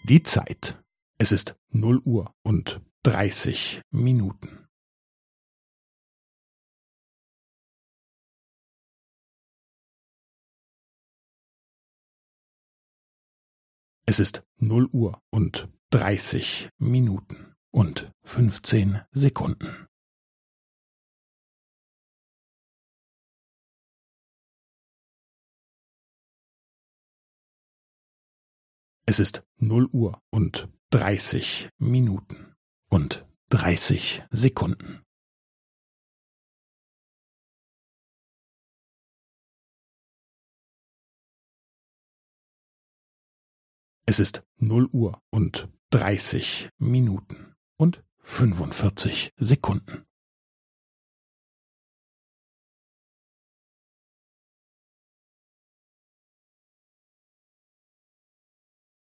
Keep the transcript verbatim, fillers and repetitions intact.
Die Zeit. Es ist null Uhr und dreißig Minuten. Es ist null Uhr und dreißig Minuten und fünfzehn Sekunden. Es ist null Uhr und dreißig Minuten und dreißig Sekunden. Es ist null Uhr und dreißig Minuten und fünfundvierzig Sekunden.